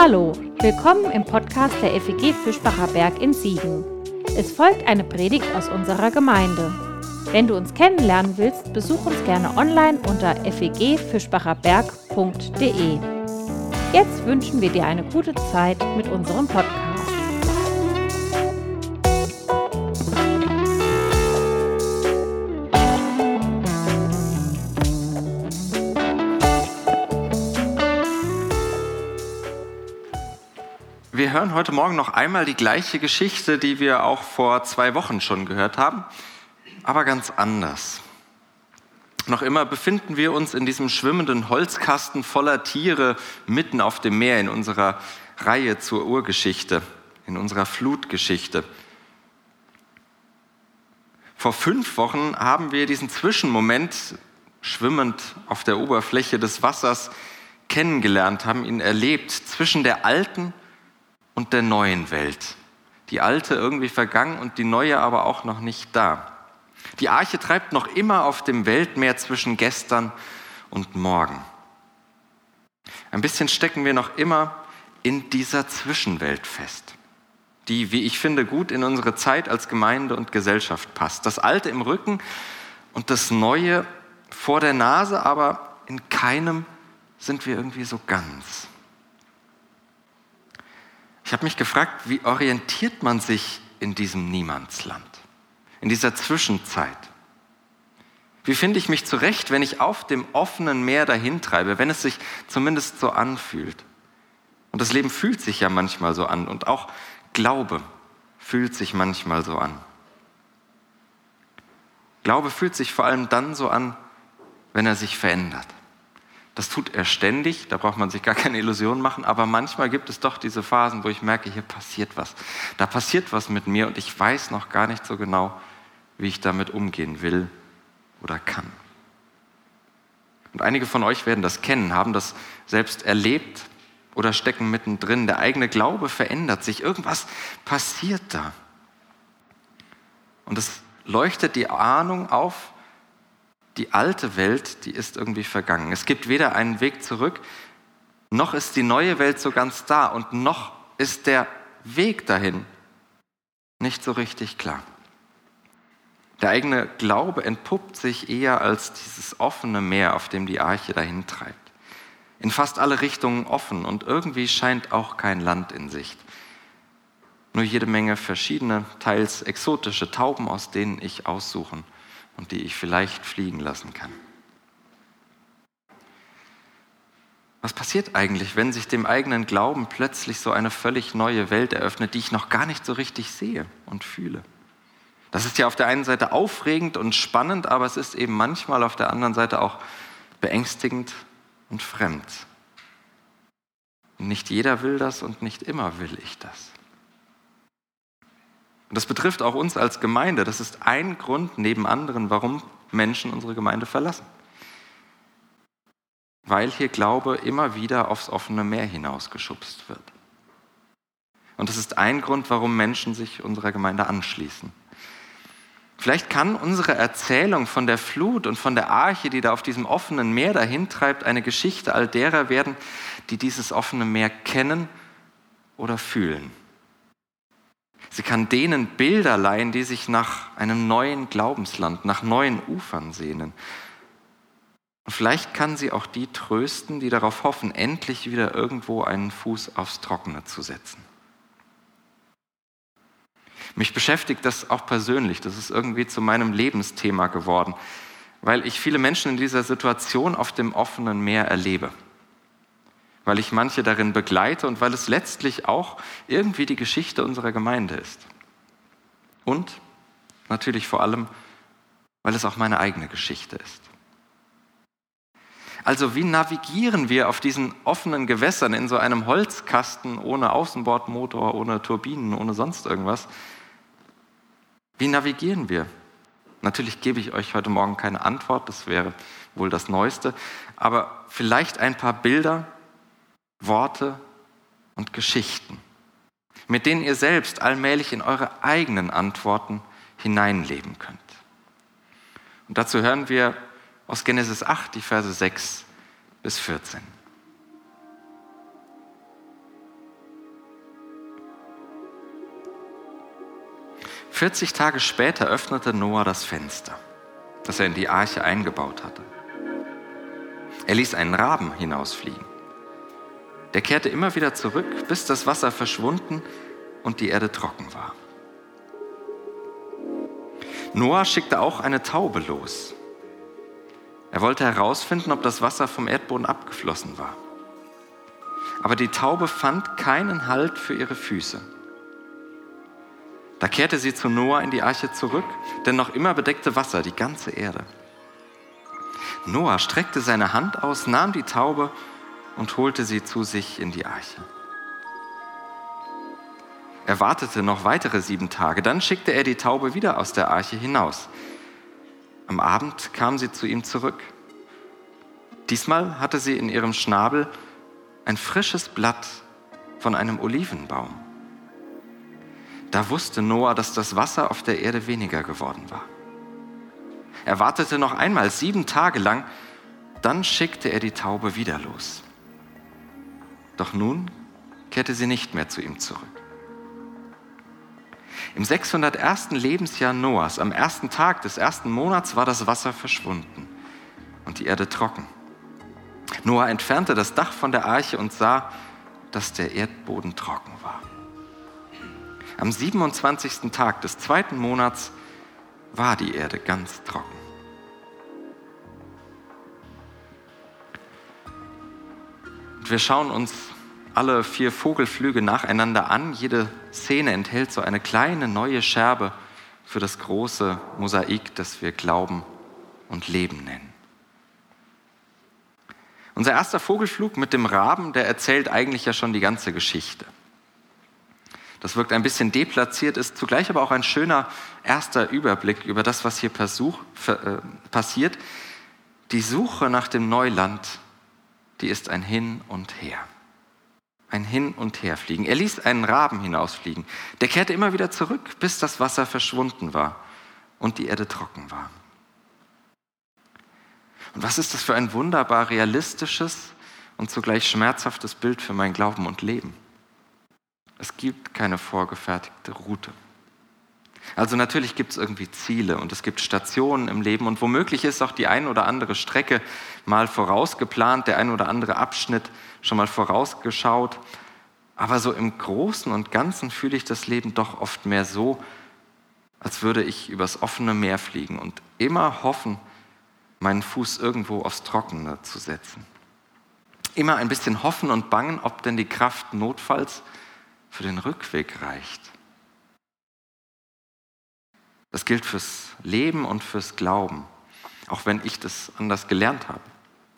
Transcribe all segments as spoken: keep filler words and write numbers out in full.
Hallo, willkommen im Podcast der F E G Fischbacher Berg in Siegen. Es folgt eine Predigt aus unserer Gemeinde. Wenn du uns kennenlernen willst, besuch uns gerne online unter f e g fischbacher berg punkt d e. Jetzt wünschen wir dir eine gute Zeit mit unserem Podcast. Wir hören heute Morgen noch einmal die gleiche Geschichte, die wir auch vor zwei Wochen schon gehört haben, aber ganz anders. Noch immer befinden wir uns in diesem schwimmenden Holzkasten voller Tiere mitten auf dem Meer in unserer Reihe zur Urgeschichte, in unserer Flutgeschichte. Vor fünf Wochen haben wir diesen Zwischenmoment schwimmend auf der Oberfläche des Wassers kennengelernt, haben ihn erlebt zwischen der alten und der neuen Welt. Die alte irgendwie vergangen und die neue aber auch noch nicht da. Die Arche treibt noch immer auf dem Weltmeer zwischen gestern und morgen. Ein bisschen stecken wir noch immer in dieser Zwischenwelt fest, die, wie ich finde, gut in unsere Zeit als Gemeinde und Gesellschaft passt. Das Alte im Rücken und das Neue vor der Nase, aber in keinem sind wir irgendwie so ganz. Ich habe mich gefragt, wie orientiert man sich in diesem Niemandsland, in dieser Zwischenzeit? Wie finde ich mich zurecht, wenn ich auf dem offenen Meer dahintreibe, wenn es sich zumindest so anfühlt? Und das Leben fühlt sich ja manchmal so an und auch Glaube fühlt sich manchmal so an. Glaube fühlt sich vor allem dann so an, wenn er sich verändert. Das tut er ständig, da braucht man sich gar keine Illusionen machen, aber manchmal gibt es doch diese Phasen, wo ich merke, hier passiert was. Da passiert was mit mir und ich weiß noch gar nicht so genau, wie ich damit umgehen will oder kann. Und einige von euch werden das kennen, haben das selbst erlebt oder stecken mittendrin. Der eigene Glaube verändert sich, irgendwas passiert da. Und es leuchtet die Ahnung auf, die alte Welt, die ist irgendwie vergangen. Es gibt weder einen Weg zurück, noch ist die neue Welt so ganz da und noch ist der Weg dahin nicht so richtig klar. Der eigene Glaube entpuppt sich eher als dieses offene Meer, auf dem die Arche dahin treibt. In fast alle Richtungen offen und irgendwie scheint auch kein Land in Sicht. Nur jede Menge verschiedene, teils exotische Tauben, aus denen ich aussuchen und die ich vielleicht fliegen lassen kann. Was passiert eigentlich, wenn sich dem eigenen Glauben plötzlich so eine völlig neue Welt eröffnet, die ich noch gar nicht so richtig sehe und fühle? Das ist ja auf der einen Seite aufregend und spannend, aber es ist eben manchmal auf der anderen Seite auch beängstigend und fremd. Nicht jeder will das und nicht immer will ich das. Und das betrifft auch uns als Gemeinde. Das ist ein Grund neben anderen, warum Menschen unsere Gemeinde verlassen. Weil hier Glaube immer wieder aufs offene Meer hinausgeschubst wird. Und das ist ein Grund, warum Menschen sich unserer Gemeinde anschließen. Vielleicht kann unsere Erzählung von der Flut und von der Arche, die da auf diesem offenen Meer dahintreibt, eine Geschichte all derer werden, die dieses offene Meer kennen oder fühlen. Sie kann denen Bilder leihen, die sich nach einem neuen Glaubensland, nach neuen Ufern sehnen. Und vielleicht kann sie auch die trösten, die darauf hoffen, endlich wieder irgendwo einen Fuß aufs Trockene zu setzen. Mich beschäftigt das auch persönlich. Das ist irgendwie zu meinem Lebensthema geworden, weil ich viele Menschen in dieser Situation auf dem offenen Meer erlebe. Weil ich manche darin begleite und weil es letztlich auch irgendwie die Geschichte unserer Gemeinde ist. Und natürlich vor allem, weil es auch meine eigene Geschichte ist. Also wie navigieren wir auf diesen offenen Gewässern in so einem Holzkasten ohne Außenbordmotor, ohne Turbinen, ohne sonst irgendwas? Wie navigieren wir? Natürlich gebe ich euch heute Morgen keine Antwort, das wäre wohl das Neueste, aber vielleicht ein paar Bilder, Worte und Geschichten, mit denen ihr selbst allmählich in eure eigenen Antworten hineinleben könnt. Und dazu hören wir aus Genesis acht, die Verse sechs bis vierzehn. vierzig Tage später öffnete Noah das Fenster, das er in die Arche eingebaut hatte. Er ließ einen Raben hinausfliegen. Der kehrte immer wieder zurück, bis das Wasser verschwunden und die Erde trocken war. Noah schickte auch eine Taube los. Er wollte herausfinden, ob das Wasser vom Erdboden abgeflossen war. Aber die Taube fand keinen Halt für ihre Füße. Da kehrte sie zu Noah in die Arche zurück, denn noch immer bedeckte Wasser die ganze Erde. Noah streckte seine Hand aus, nahm die Taube und holte sie zu sich in die Arche. Er wartete noch weitere sieben Tage, dann schickte er die Taube wieder aus der Arche hinaus. Am Abend kam sie zu ihm zurück. Diesmal hatte sie in ihrem Schnabel ein frisches Blatt von einem Olivenbaum. Da wusste Noah, dass das Wasser auf der Erde weniger geworden war. Er wartete noch einmal sieben Tage lang, dann schickte er die Taube wieder los. Doch nun kehrte sie nicht mehr zu ihm zurück. Im sechshundertersten Lebensjahr Noahs, am ersten Tag des ersten Monats, war das Wasser verschwunden und die Erde trocken. Noah entfernte das Dach von der Arche und sah, dass der Erdboden trocken war. Am siebenundzwanzigsten Tag des zweiten Monats war die Erde ganz trocken. Und wir schauen uns alle vier Vogelflüge nacheinander an. Jede Szene enthält so eine kleine neue Scherbe für das große Mosaik, das wir Glauben und Leben nennen. Unser erster Vogelflug mit dem Raben, der erzählt eigentlich ja schon die ganze Geschichte. Das wirkt ein bisschen deplatziert, ist zugleich aber auch ein schöner erster Überblick über das, was hier versuch, äh, passiert. Die Suche nach dem Neuland, die ist ein Hin und Her. Ein Hin- und Herfliegen. Er ließ einen Raben hinausfliegen. Der kehrte immer wieder zurück, bis das Wasser verschwunden war und die Erde trocken war. Und was ist das für ein wunderbar realistisches und zugleich schmerzhaftes Bild für mein Glauben und Leben? Es gibt keine vorgefertigte Route. Also natürlich gibt es irgendwie Ziele und es gibt Stationen im Leben und womöglich ist auch die ein oder andere Strecke mal vorausgeplant, der ein oder andere Abschnitt schon mal vorausgeschaut. Aber so im Großen und Ganzen fühle ich das Leben doch oft mehr so, als würde ich übers offene Meer fliegen und immer hoffen, meinen Fuß irgendwo aufs Trockene zu setzen. Immer ein bisschen hoffen und bangen, ob denn die Kraft notfalls für den Rückweg reicht. Das gilt fürs Leben und fürs Glauben, auch wenn ich das anders gelernt habe.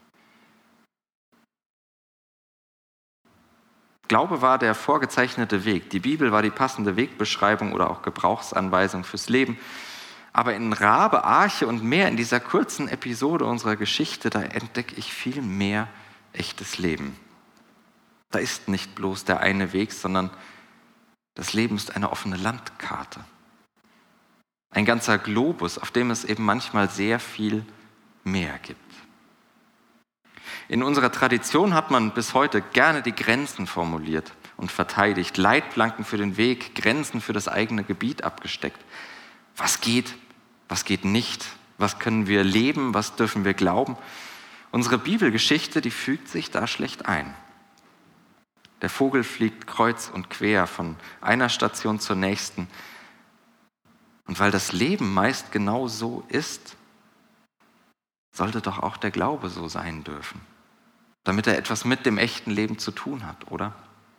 Glaube war der vorgezeichnete Weg. Die Bibel war die passende Wegbeschreibung oder auch Gebrauchsanweisung fürs Leben. Aber in Rabe, Arche und mehr, in dieser kurzen Episode unserer Geschichte, da entdecke ich viel mehr echtes Leben. Da ist nicht bloß der eine Weg, sondern das Leben ist eine offene Landkarte. Ein ganzer Globus, auf dem es eben manchmal sehr viel mehr gibt. In unserer Tradition hat man bis heute gerne die Grenzen formuliert und verteidigt, Leitplanken für den Weg, Grenzen für das eigene Gebiet abgesteckt. Was geht, was geht nicht, was können wir leben, was dürfen wir glauben? Unsere Bibelgeschichte, die fügt sich da schlecht ein. Der Vogel fliegt kreuz und quer von einer Station zur nächsten. Und weil das Leben meist genau so ist, sollte doch auch der Glaube so sein dürfen, damit er etwas mit dem echten Leben zu tun hat, oder?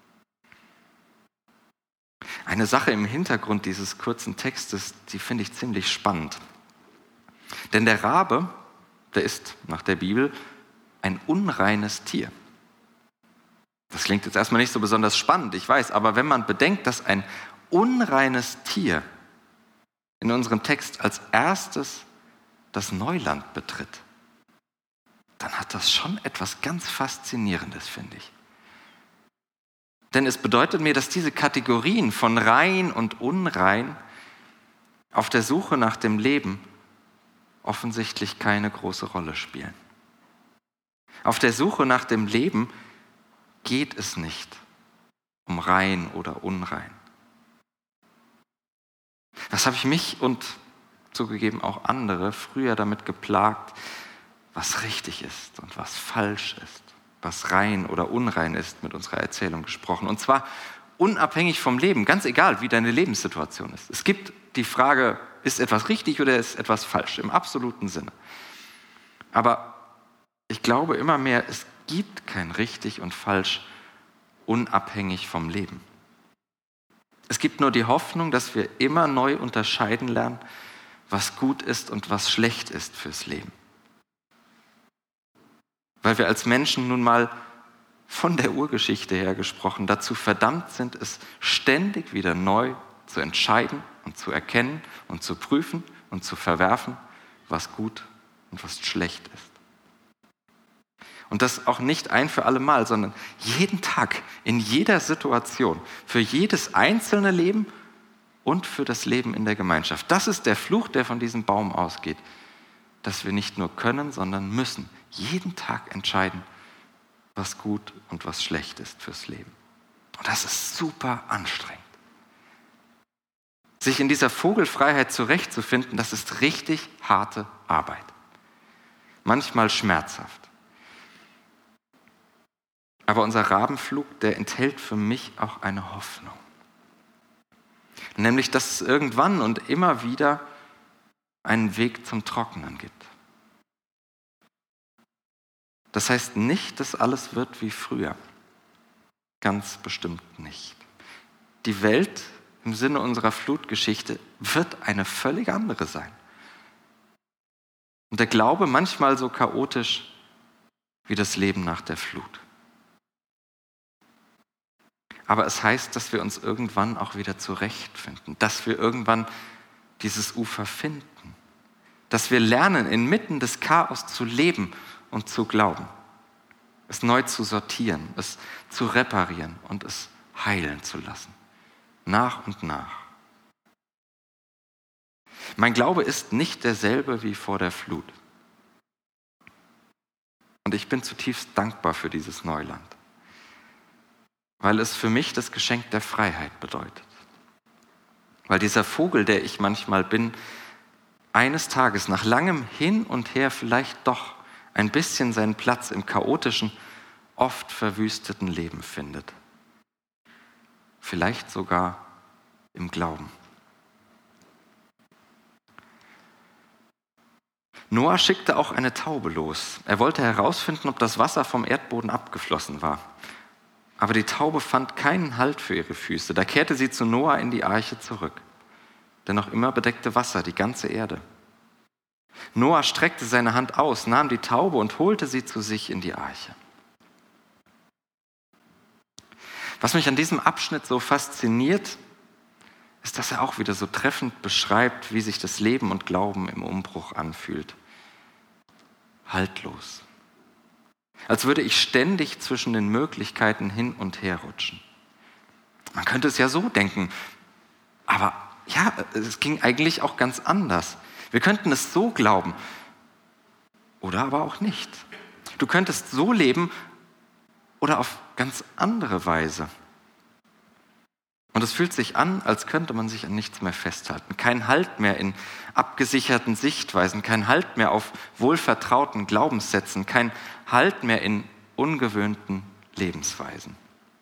Eine Sache im Hintergrund dieses kurzen Textes, die finde ich ziemlich spannend. Denn der Rabe, der ist nach der Bibel ein unreines Tier. Das klingt jetzt erstmal nicht so besonders spannend, ich weiß, aber wenn man bedenkt, dass ein unreines Tier in unserem Text als erstes das Neuland betritt, dann hat das schon etwas ganz Faszinierendes, finde ich. Denn es bedeutet mir, dass diese Kategorien von rein und unrein auf der Suche nach dem Leben offensichtlich keine große Rolle spielen. Auf der Suche nach dem Leben geht es nicht um rein oder unrein. Was habe ich mich und zugegeben auch andere früher damit geplagt, was richtig ist und was falsch ist, was rein oder unrein ist, mit unserer Erzählung gesprochen. Und zwar unabhängig vom Leben, ganz egal, wie deine Lebenssituation ist. Es gibt die Frage, ist etwas richtig oder ist etwas falsch, im absoluten Sinne. Aber ich glaube immer mehr, es gibt kein richtig und falsch unabhängig vom Leben. Es gibt nur die Hoffnung, dass wir immer neu unterscheiden lernen, was gut ist und was schlecht ist fürs Leben. Weil wir als Menschen nun mal von der Urgeschichte her gesprochen dazu verdammt sind, es ständig wieder neu zu entscheiden und zu erkennen und zu prüfen und zu verwerfen, was gut und was schlecht ist. Und das auch nicht ein für alle Mal, sondern jeden Tag, in jeder Situation, für jedes einzelne Leben und für das Leben in der Gemeinschaft. Das ist der Fluch, der von diesem Baum ausgeht, dass wir nicht nur können, sondern müssen jeden Tag entscheiden, was gut und was schlecht ist fürs Leben. Und das ist super anstrengend. Sich in dieser Vogelfreiheit zurechtzufinden, das ist richtig harte Arbeit. Manchmal schmerzhaft. Aber unser Rabenflug, der enthält für mich auch eine Hoffnung. Nämlich, dass es irgendwann und immer wieder einen Weg zum Trockenen gibt. Das heißt nicht, dass alles wird wie früher. Ganz bestimmt nicht. Die Welt im Sinne unserer Flutgeschichte wird eine völlig andere sein. Und der Glaube manchmal so chaotisch wie das Leben nach der Flut. Aber es heißt, dass wir uns irgendwann auch wieder zurechtfinden, dass wir irgendwann dieses Ufer finden, dass wir lernen, inmitten des Chaos zu leben und zu glauben, es neu zu sortieren, es zu reparieren und es heilen zu lassen, nach und nach. Mein Glaube ist nicht derselbe wie vor der Flut. Und ich bin zutiefst dankbar für dieses Neuland, weil es für mich das Geschenk der Freiheit bedeutet. Weil dieser Vogel, der ich manchmal bin, eines Tages nach langem Hin und Her vielleicht doch ein bisschen seinen Platz im chaotischen, oft verwüsteten Leben findet. Vielleicht sogar im Glauben. Noah schickte auch eine Taube los. Er wollte herausfinden, ob das Wasser vom Erdboden abgeflossen war. Aber die Taube fand keinen Halt für ihre Füße. Da kehrte sie zu Noah in die Arche zurück. Denn noch immer bedeckte Wasser die ganze Erde. Noah streckte seine Hand aus, nahm die Taube und holte sie zu sich in die Arche. Was mich an diesem Abschnitt so fasziniert, ist, dass er auch wieder so treffend beschreibt, wie sich das Leben und Glauben im Umbruch anfühlt. Haltlos. Als würde ich ständig zwischen den Möglichkeiten hin und her rutschen. Man könnte es ja so denken, aber ja, es ging eigentlich auch ganz anders. Wir könnten es so glauben oder aber auch nicht. Du könntest so leben oder auf ganz andere Weise. Und es fühlt sich an, als könnte man sich an nichts mehr festhalten. Kein Halt mehr in abgesicherten Sichtweisen, kein Halt mehr auf wohlvertrauten Glaubenssätzen, kein Halt mehr in ungewöhnten Lebensweisen.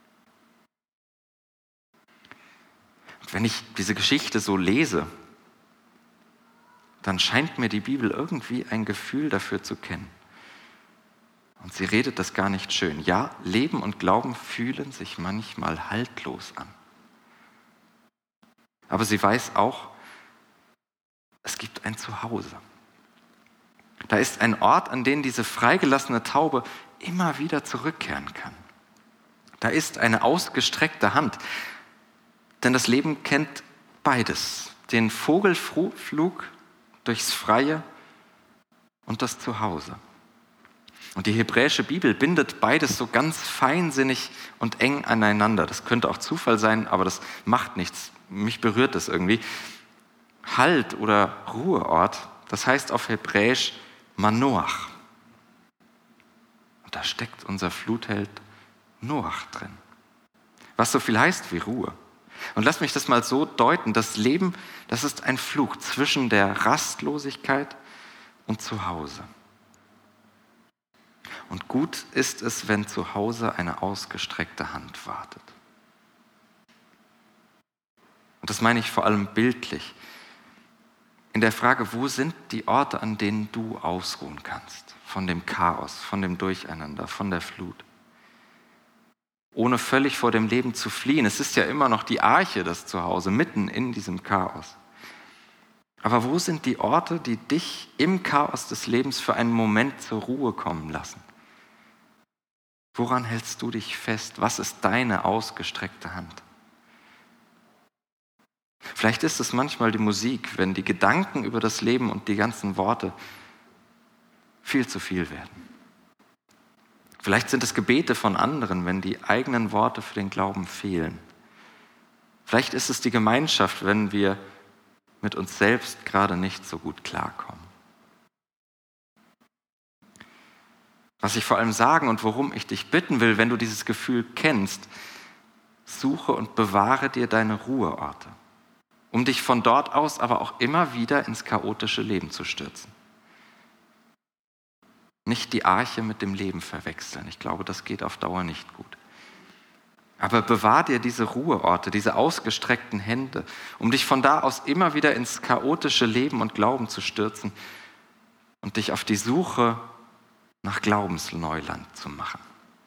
Und wenn ich diese Geschichte so lese, dann scheint mir die Bibel irgendwie ein Gefühl dafür zu kennen. Und sie redet das gar nicht schön. Ja, Leben und Glauben fühlen sich manchmal haltlos an. Aber sie weiß auch, es gibt ein Zuhause. Da ist ein Ort, an den diese freigelassene Taube immer wieder zurückkehren kann. Da ist eine ausgestreckte Hand. Denn das Leben kennt beides. Den Vogelflug durchs Freie und das Zuhause. Und die hebräische Bibel bindet beides so ganz feinsinnig und eng aneinander. Das könnte auch Zufall sein, aber das macht nichts. Mich berührt das irgendwie. Halt oder Ruheort, das heißt auf Hebräisch Manoach. Und da steckt unser Flutheld Noach drin. Was so viel heißt wie Ruhe. Und lass mich das mal so deuten, das Leben, das ist ein Flug zwischen der Rastlosigkeit und zu Hause. Und gut ist es, wenn zu Hause eine ausgestreckte Hand wartet. Und das meine ich vor allem bildlich. In der Frage, wo sind die Orte, an denen du ausruhen kannst? Von dem Chaos, von dem Durcheinander, von der Flut. Ohne völlig vor dem Leben zu fliehen. Es ist ja immer noch die Arche, das Zuhause, mitten in diesem Chaos. Aber wo sind die Orte, die dich im Chaos des Lebens für einen Moment zur Ruhe kommen lassen? Woran hältst du dich fest? Was ist deine ausgestreckte Hand? Vielleicht ist es manchmal die Musik, wenn die Gedanken über das Leben und die ganzen Worte viel zu viel werden. Vielleicht sind es Gebete von anderen, wenn die eigenen Worte für den Glauben fehlen. Vielleicht ist es die Gemeinschaft, wenn wir mit uns selbst gerade nicht so gut klarkommen. Was ich vor allem sagen und worum ich dich bitten will, wenn du dieses Gefühl kennst, suche und bewahre dir deine Ruheorte, um dich von dort aus aber auch immer wieder ins chaotische Leben zu stürzen. Nicht die Arche mit dem Leben verwechseln. Ich glaube, das geht auf Dauer nicht gut. Aber bewahr dir diese Ruheorte, diese ausgestreckten Hände, um dich von da aus immer wieder ins chaotische Leben und Glauben zu stürzen und dich auf die Suche nach Glaubensneuland zu machen.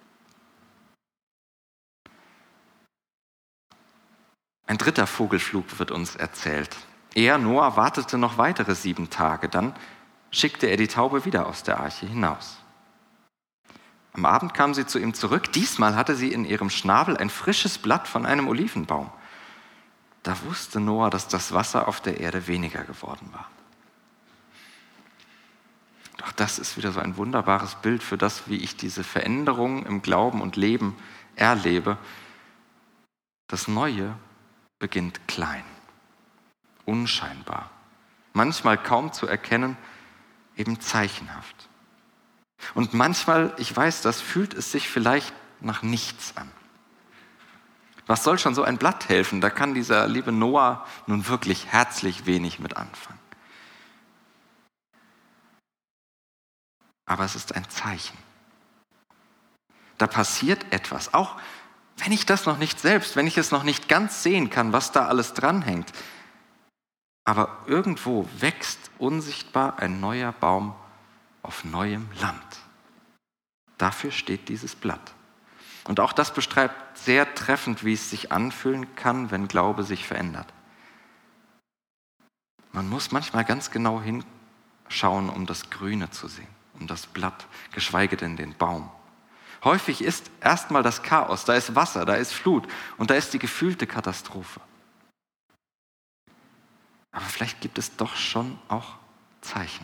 Ein dritter Vogelflug wird uns erzählt. Er, Noah, wartete noch weitere sieben Tage, dann schickte er die Taube wieder aus der Arche hinaus. Am Abend kam sie zu ihm zurück. Diesmal hatte sie in ihrem Schnabel ein frisches Blatt von einem Olivenbaum. Da wusste Noah, dass das Wasser auf der Erde weniger geworden war. Doch das ist wieder so ein wunderbares Bild für das, wie ich diese Veränderungen im Glauben und Leben erlebe. Das Neue beginnt klein, unscheinbar, manchmal kaum zu erkennen, eben zeichenhaft. Und manchmal, ich weiß das, fühlt es sich vielleicht nach nichts an. Was soll schon so ein Blatt helfen? Da kann dieser liebe Noah nun wirklich herzlich wenig mit anfangen. Aber es ist ein Zeichen. Da passiert etwas, auch wenn ich das noch nicht selbst, wenn ich es noch nicht ganz sehen kann, was da alles dranhängt. Aber irgendwo wächst unsichtbar ein neuer Baum auf neuem Land. Dafür steht dieses Blatt. Und auch das beschreibt sehr treffend, wie es sich anfühlen kann, wenn Glaube sich verändert. Man muss manchmal ganz genau hinschauen, um das Grüne zu sehen, um das Blatt, geschweige denn den Baum. Häufig ist erstmal das Chaos, da ist Wasser, da ist Flut und da ist die gefühlte Katastrophe. Aber vielleicht gibt es doch schon auch Zeichen.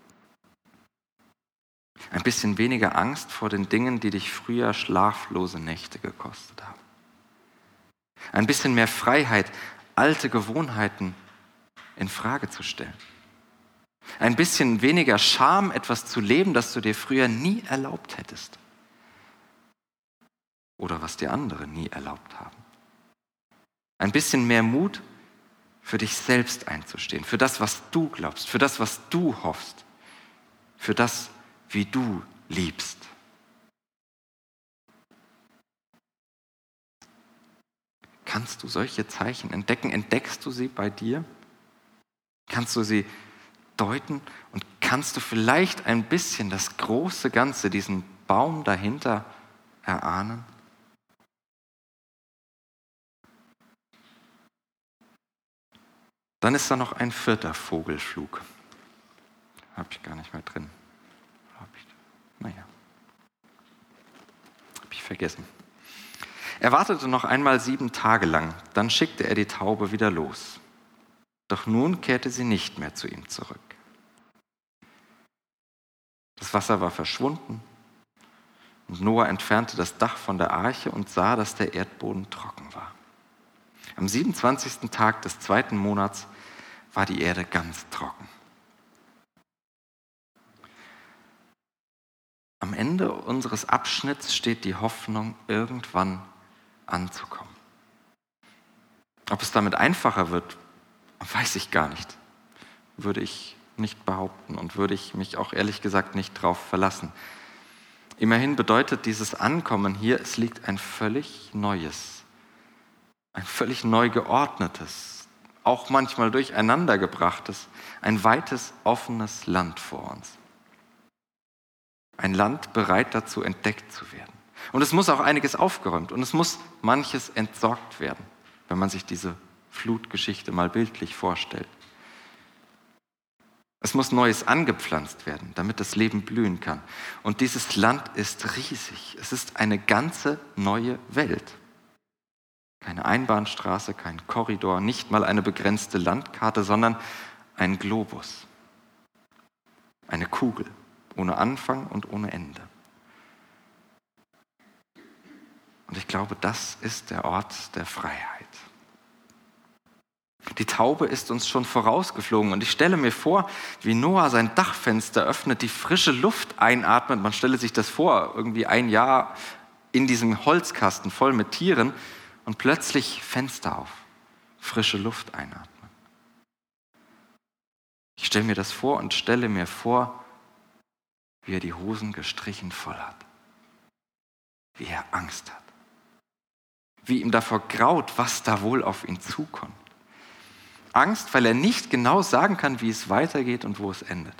Ein bisschen weniger Angst vor den Dingen, die dich früher schlaflose Nächte gekostet haben. Ein bisschen mehr Freiheit, alte Gewohnheiten in Frage zu stellen. Ein bisschen weniger Scham, etwas zu leben, das du dir früher nie erlaubt hättest. Oder was dir andere nie erlaubt haben. Ein bisschen mehr Mut, für dich selbst einzustehen, für das, was du glaubst, für das, was du hoffst, für das, wie du liebst. Kannst du solche Zeichen entdecken? Entdeckst du sie bei dir? Kannst du sie deuten? Und kannst du vielleicht ein bisschen das große Ganze, diesen Baum dahinter erahnen? Dann ist da noch ein vierter Vogelflug. Habe ich gar nicht mehr drin. Hab ich, naja, habe ich vergessen. Er wartete noch einmal sieben Tage lang, dann schickte er die Taube wieder los. Doch nun kehrte sie nicht mehr zu ihm zurück. Das Wasser war verschwunden und Noah entfernte das Dach von der Arche und sah, dass der Erdboden trocken war. Am siebenundzwanzigsten Tag des zweiten Monats war die Erde ganz trocken. Am Ende unseres Abschnitts steht die Hoffnung, irgendwann anzukommen. Ob es damit einfacher wird, weiß ich gar nicht. Würde ich nicht behaupten und würde ich mich auch ehrlich gesagt nicht drauf verlassen. Immerhin bedeutet dieses Ankommen hier, es liegt ein völlig neues, ein völlig neu geordnetes, auch manchmal durcheinandergebrachtes, ein weites, offenes Land vor uns. Ein Land bereit dazu, entdeckt zu werden. Und es muss auch einiges aufgeräumt und es muss manches entsorgt werden, wenn man sich diese Flutgeschichte mal bildlich vorstellt. Es muss Neues angepflanzt werden, damit das Leben blühen kann. Und dieses Land ist riesig. Es ist eine ganze neue Welt. Keine Einbahnstraße, kein Korridor, nicht mal eine begrenzte Landkarte, sondern ein Globus. Eine Kugel, ohne Anfang und ohne Ende. Und ich glaube, das ist der Ort der Freiheit. Die Taube ist uns schon vorausgeflogen und ich stelle mir vor, wie Noah sein Dachfenster öffnet, die frische Luft einatmet. Man stelle sich das vor, irgendwie ein Jahr in diesem Holzkasten voll mit Tieren und plötzlich Fenster auf, frische Luft einatmen. Ich stelle mir das vor und stelle mir vor, wie er die Hosen gestrichen voll hat, wie er Angst hat, wie ihm davor graut, was da wohl auf ihn zukommt. Angst, weil er nicht genau sagen kann, wie es weitergeht und wo es endet.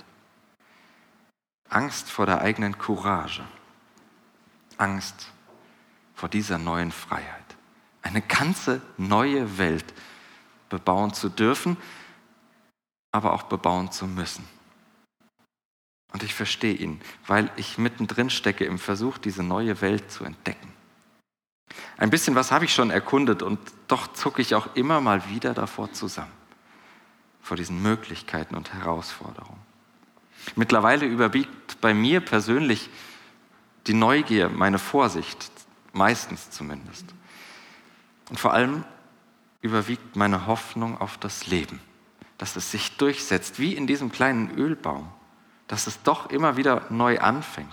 Angst vor der eigenen Courage. Angst vor dieser neuen Freiheit. Eine ganze neue Welt bebauen zu dürfen, aber auch bebauen zu müssen. Und ich verstehe ihn, weil ich mittendrin stecke im Versuch, diese neue Welt zu entdecken. Ein bisschen was habe ich schon erkundet und doch zucke ich auch immer mal wieder davor zusammen. Vor diesen Möglichkeiten und Herausforderungen. Mittlerweile überwiegt bei mir persönlich die Neugier, meine Vorsicht, meistens zumindest. Und vor allem überwiegt meine Hoffnung auf das Leben, dass es sich durchsetzt, wie in diesem kleinen Ölbaum, dass es doch immer wieder neu anfängt.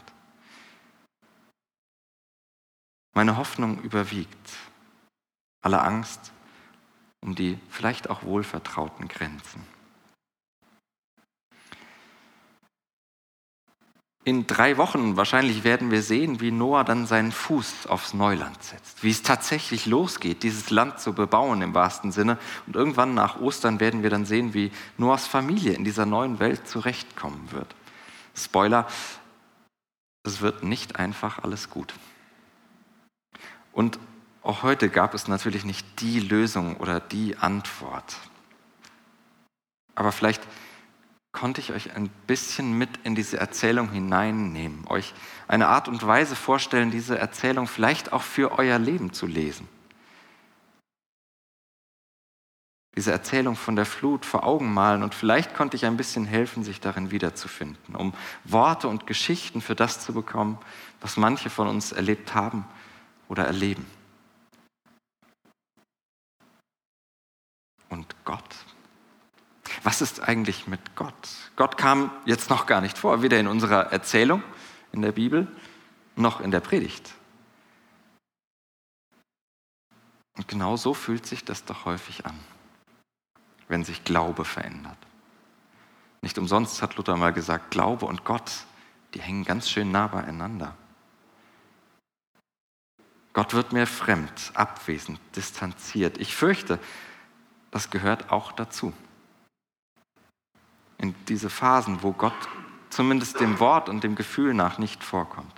Meine Hoffnung überwiegt alle Angst um die vielleicht auch wohlvertrauten Grenzen. In drei Wochen wahrscheinlich werden wir sehen, wie Noah dann seinen Fuß aufs Neuland setzt, wie es tatsächlich losgeht, dieses Land zu bebauen im wahrsten Sinne. Und irgendwann nach Ostern werden wir dann sehen, wie Noahs Familie in dieser neuen Welt zurechtkommen wird. Spoiler, es wird nicht einfach alles gut. Und auch heute gab es natürlich nicht die Lösung oder die Antwort. Aber vielleicht konnte ich euch ein bisschen mit in diese Erzählung hineinnehmen, euch eine Art und Weise vorstellen, diese Erzählung vielleicht auch für euer Leben zu lesen. Diese Erzählung von der Flut vor Augen malen und vielleicht konnte ich ein bisschen helfen, sich darin wiederzufinden, um Worte und Geschichten für das zu bekommen, was manche von uns erlebt haben oder erleben. Und Gott? Was ist eigentlich mit Gott? Gott kam jetzt noch gar nicht vor, weder in unserer Erzählung in der Bibel noch in der Predigt. Und genau so fühlt sich das doch häufig an, wenn sich Glaube verändert. Nicht umsonst hat Luther mal gesagt, Glaube und Gott, die hängen ganz schön nah beieinander. Gott wird mir fremd, abwesend, distanziert. Ich fürchte, das gehört auch dazu. In diese Phasen, wo Gott zumindest dem Wort und dem Gefühl nach nicht vorkommt.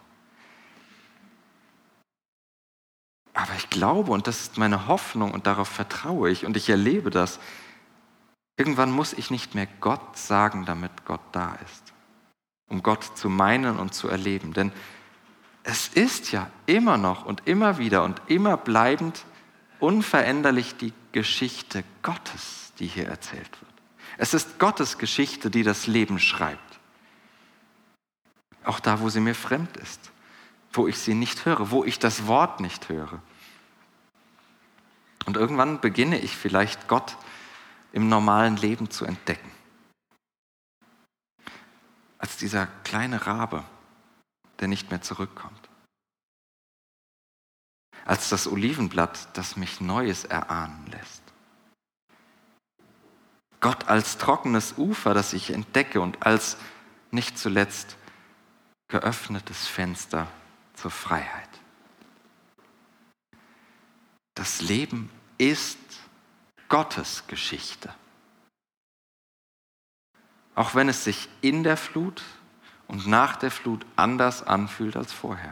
Aber ich glaube, und das ist meine Hoffnung und darauf vertraue ich und ich erlebe das, irgendwann muss ich nicht mehr Gott sagen, damit Gott da ist. Um Gott zu meinen und zu erleben. Denn es ist ja immer noch und immer wieder und immer bleibend unveränderlich die Geschichte Gottes, die hier erzählt wird. Es ist Gottes Geschichte, die das Leben schreibt. Auch da, wo sie mir fremd ist, wo ich sie nicht höre, wo ich das Wort nicht höre. Und irgendwann beginne ich vielleicht Gott im normalen Leben zu entdecken. Als dieser kleine Rabe, der nicht mehr zurückkommt. Als das Olivenblatt, das mich Neues erahnen lässt. Gott als trockenes Ufer, das ich entdecke und als nicht zuletzt geöffnetes Fenster zur Freiheit. Das Leben ist Gottes Geschichte. Auch wenn es sich in der Flut und nach der Flut anders anfühlt als vorher.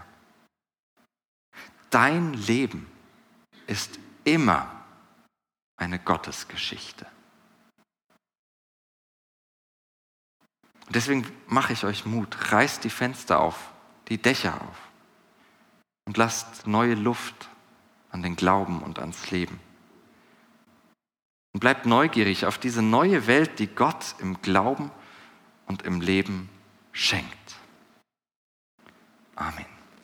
Dein Leben ist immer eine Gottesgeschichte. Und deswegen mache ich euch Mut, reißt die Fenster auf, die Dächer auf und lasst neue Luft an den Glauben und ans Leben. Und bleibt neugierig auf diese neue Welt, die Gott im Glauben und im Leben schenkt. Amen.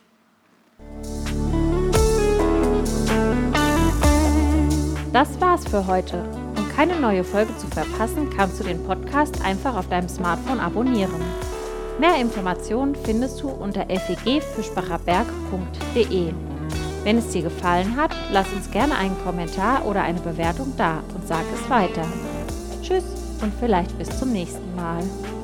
Das war's für heute. Um keine neue Folge zu verpassen, kannst du den Podcast einfach auf deinem Smartphone abonnieren. Mehr Informationen findest du unter f e g fischbacherberg punkt d e. Wenn es dir gefallen hat, lass uns gerne einen Kommentar oder eine Bewertung da und sag es weiter. Tschüss und vielleicht bis zum nächsten Mal.